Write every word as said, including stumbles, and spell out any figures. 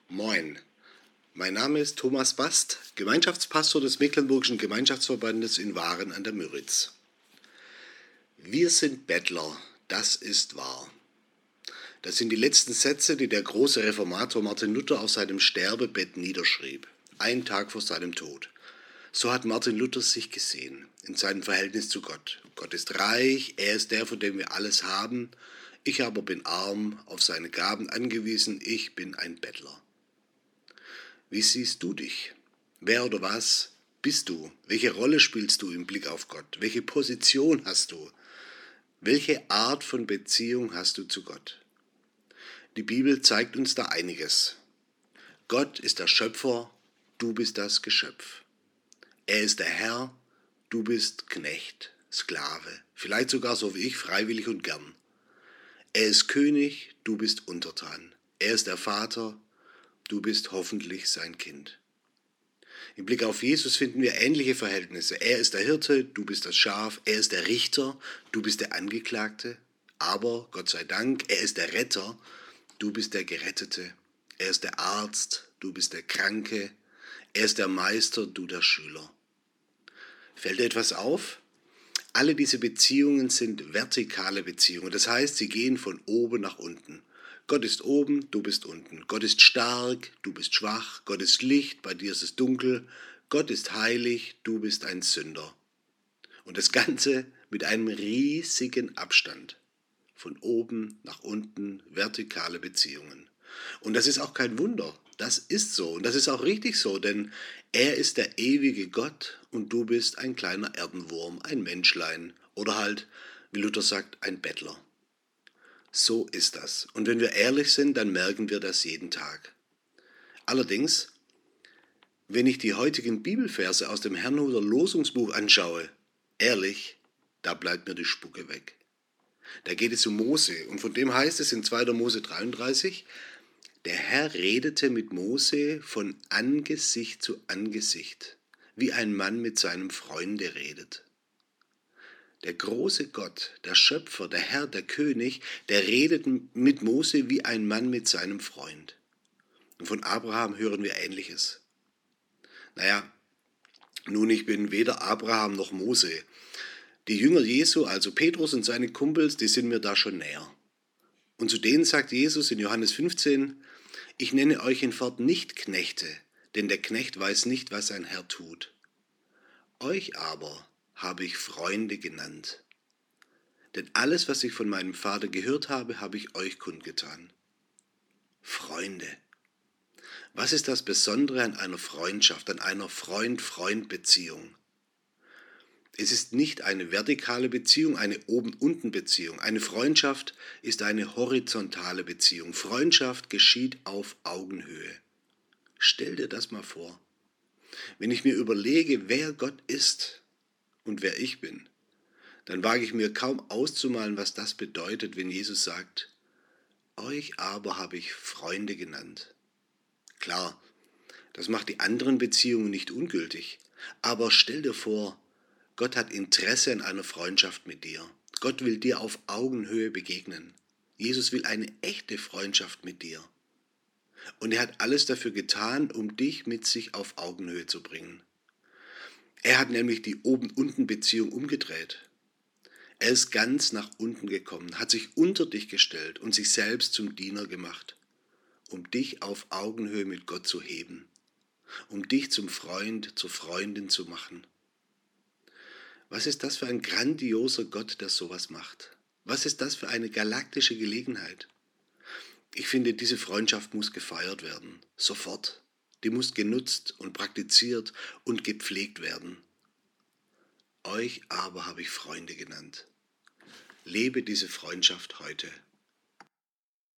Moin, mein Name ist Thomas Bast, Gemeinschaftspastor des Mecklenburgischen Gemeinschaftsverbandes in Waren an der Müritz. Wir sind Bettler, das ist wahr. Das sind die letzten Sätze, die der große Reformator Martin Luther auf seinem Sterbebett niederschrieb, einen Tag vor seinem Tod. So hat Martin Luther sich gesehen, in seinem Verhältnis zu Gott. Gott ist reich, er ist der, von dem wir alles haben. Ich aber bin arm, auf seine Gaben angewiesen, ich bin ein Bettler. Wie siehst du dich? Wer oder was bist du? Welche Rolle spielst du im Blick auf Gott? Welche Position hast du? Welche Art von Beziehung hast du zu Gott? Die Bibel zeigt uns da einiges. Gott ist der Schöpfer, du bist das Geschöpf. Er ist der Herr, du bist Knecht, Sklave, vielleicht sogar so wie ich, freiwillig und gern. Er ist König, du bist Untertan. Er ist der Vater, du bist hoffentlich sein Kind. Im Blick auf Jesus finden wir ähnliche Verhältnisse. Er ist der Hirte, du bist das Schaf. Er ist der Richter, du bist der Angeklagte. Aber, Gott sei Dank, er ist der Retter, du bist der Gerettete. Er ist der Arzt, du bist der Kranke. Er ist der Meister, du der Schüler. Fällt dir etwas auf? Alle diese Beziehungen sind vertikale Beziehungen. Das heißt, sie gehen von oben nach unten. Gott ist oben, du bist unten. Gott ist stark, du bist schwach. Gott ist Licht, bei dir ist es dunkel. Gott ist heilig, du bist ein Sünder. Und das Ganze mit einem riesigen Abstand. Von oben nach unten, vertikale Beziehungen. Und das ist auch kein Wunder. Das ist so und das ist auch richtig so, denn er ist der ewige Gott und du bist ein kleiner Erdenwurm, ein Menschlein oder halt, wie Luther sagt, ein Bettler. So ist das. Und wenn wir ehrlich sind, dann merken wir das jeden Tag. Allerdings, wenn ich die heutigen Bibelverse aus dem Herrnhuter Losungsbuch anschaue, ehrlich, da bleibt mir die Spucke weg. Da geht es um Mose und von dem heißt es in zweiter Mose dreiunddreißig, der Herr redete mit Mose von Angesicht zu Angesicht, wie ein Mann mit seinem Freunde redet. Der große Gott, der Schöpfer, der Herr, der König, der redet mit Mose wie ein Mann mit seinem Freund. Und von Abraham hören wir Ähnliches. Naja, nun, ich bin weder Abraham noch Mose. Die Jünger Jesu, also Petrus und seine Kumpels, die sind mir da schon näher. Und zu denen sagt Jesus in Johannes fünfzehn, ich nenne euch hinfort nicht Knechte, denn der Knecht weiß nicht, was sein Herr tut. Euch aber habe ich Freunde genannt. Denn alles, was ich von meinem Vater gehört habe, habe ich euch kundgetan. Freunde. Was ist das Besondere an einer Freundschaft, an einer Freund-Freund-Beziehung? Es ist nicht eine vertikale Beziehung, eine Oben-Unten-Beziehung. Eine Freundschaft ist eine horizontale Beziehung. Freundschaft geschieht auf Augenhöhe. Stell dir das mal vor. Wenn ich mir überlege, wer Gott ist und wer ich bin, dann wage ich mir kaum auszumalen, was das bedeutet, wenn Jesus sagt, euch aber habe ich Freunde genannt. Klar, das macht die anderen Beziehungen nicht ungültig, aber stell dir vor, Gott hat Interesse an einer Freundschaft mit dir. Gott will dir auf Augenhöhe begegnen. Jesus will eine echte Freundschaft mit dir. Und er hat alles dafür getan, um dich mit sich auf Augenhöhe zu bringen. Er hat nämlich die Oben-Unten-Beziehung umgedreht. Er ist ganz nach unten gekommen, hat sich unter dich gestellt und sich selbst zum Diener gemacht, um dich auf Augenhöhe mit Gott zu heben, um dich zum Freund, zur Freundin zu machen. Was ist das für ein grandioser Gott, der sowas macht? Was ist das für eine galaktische Gelegenheit? Ich finde, diese Freundschaft muss gefeiert werden, sofort. Die muss genutzt und praktiziert und gepflegt werden. Euch aber habe ich Freunde genannt. Lebe diese Freundschaft heute.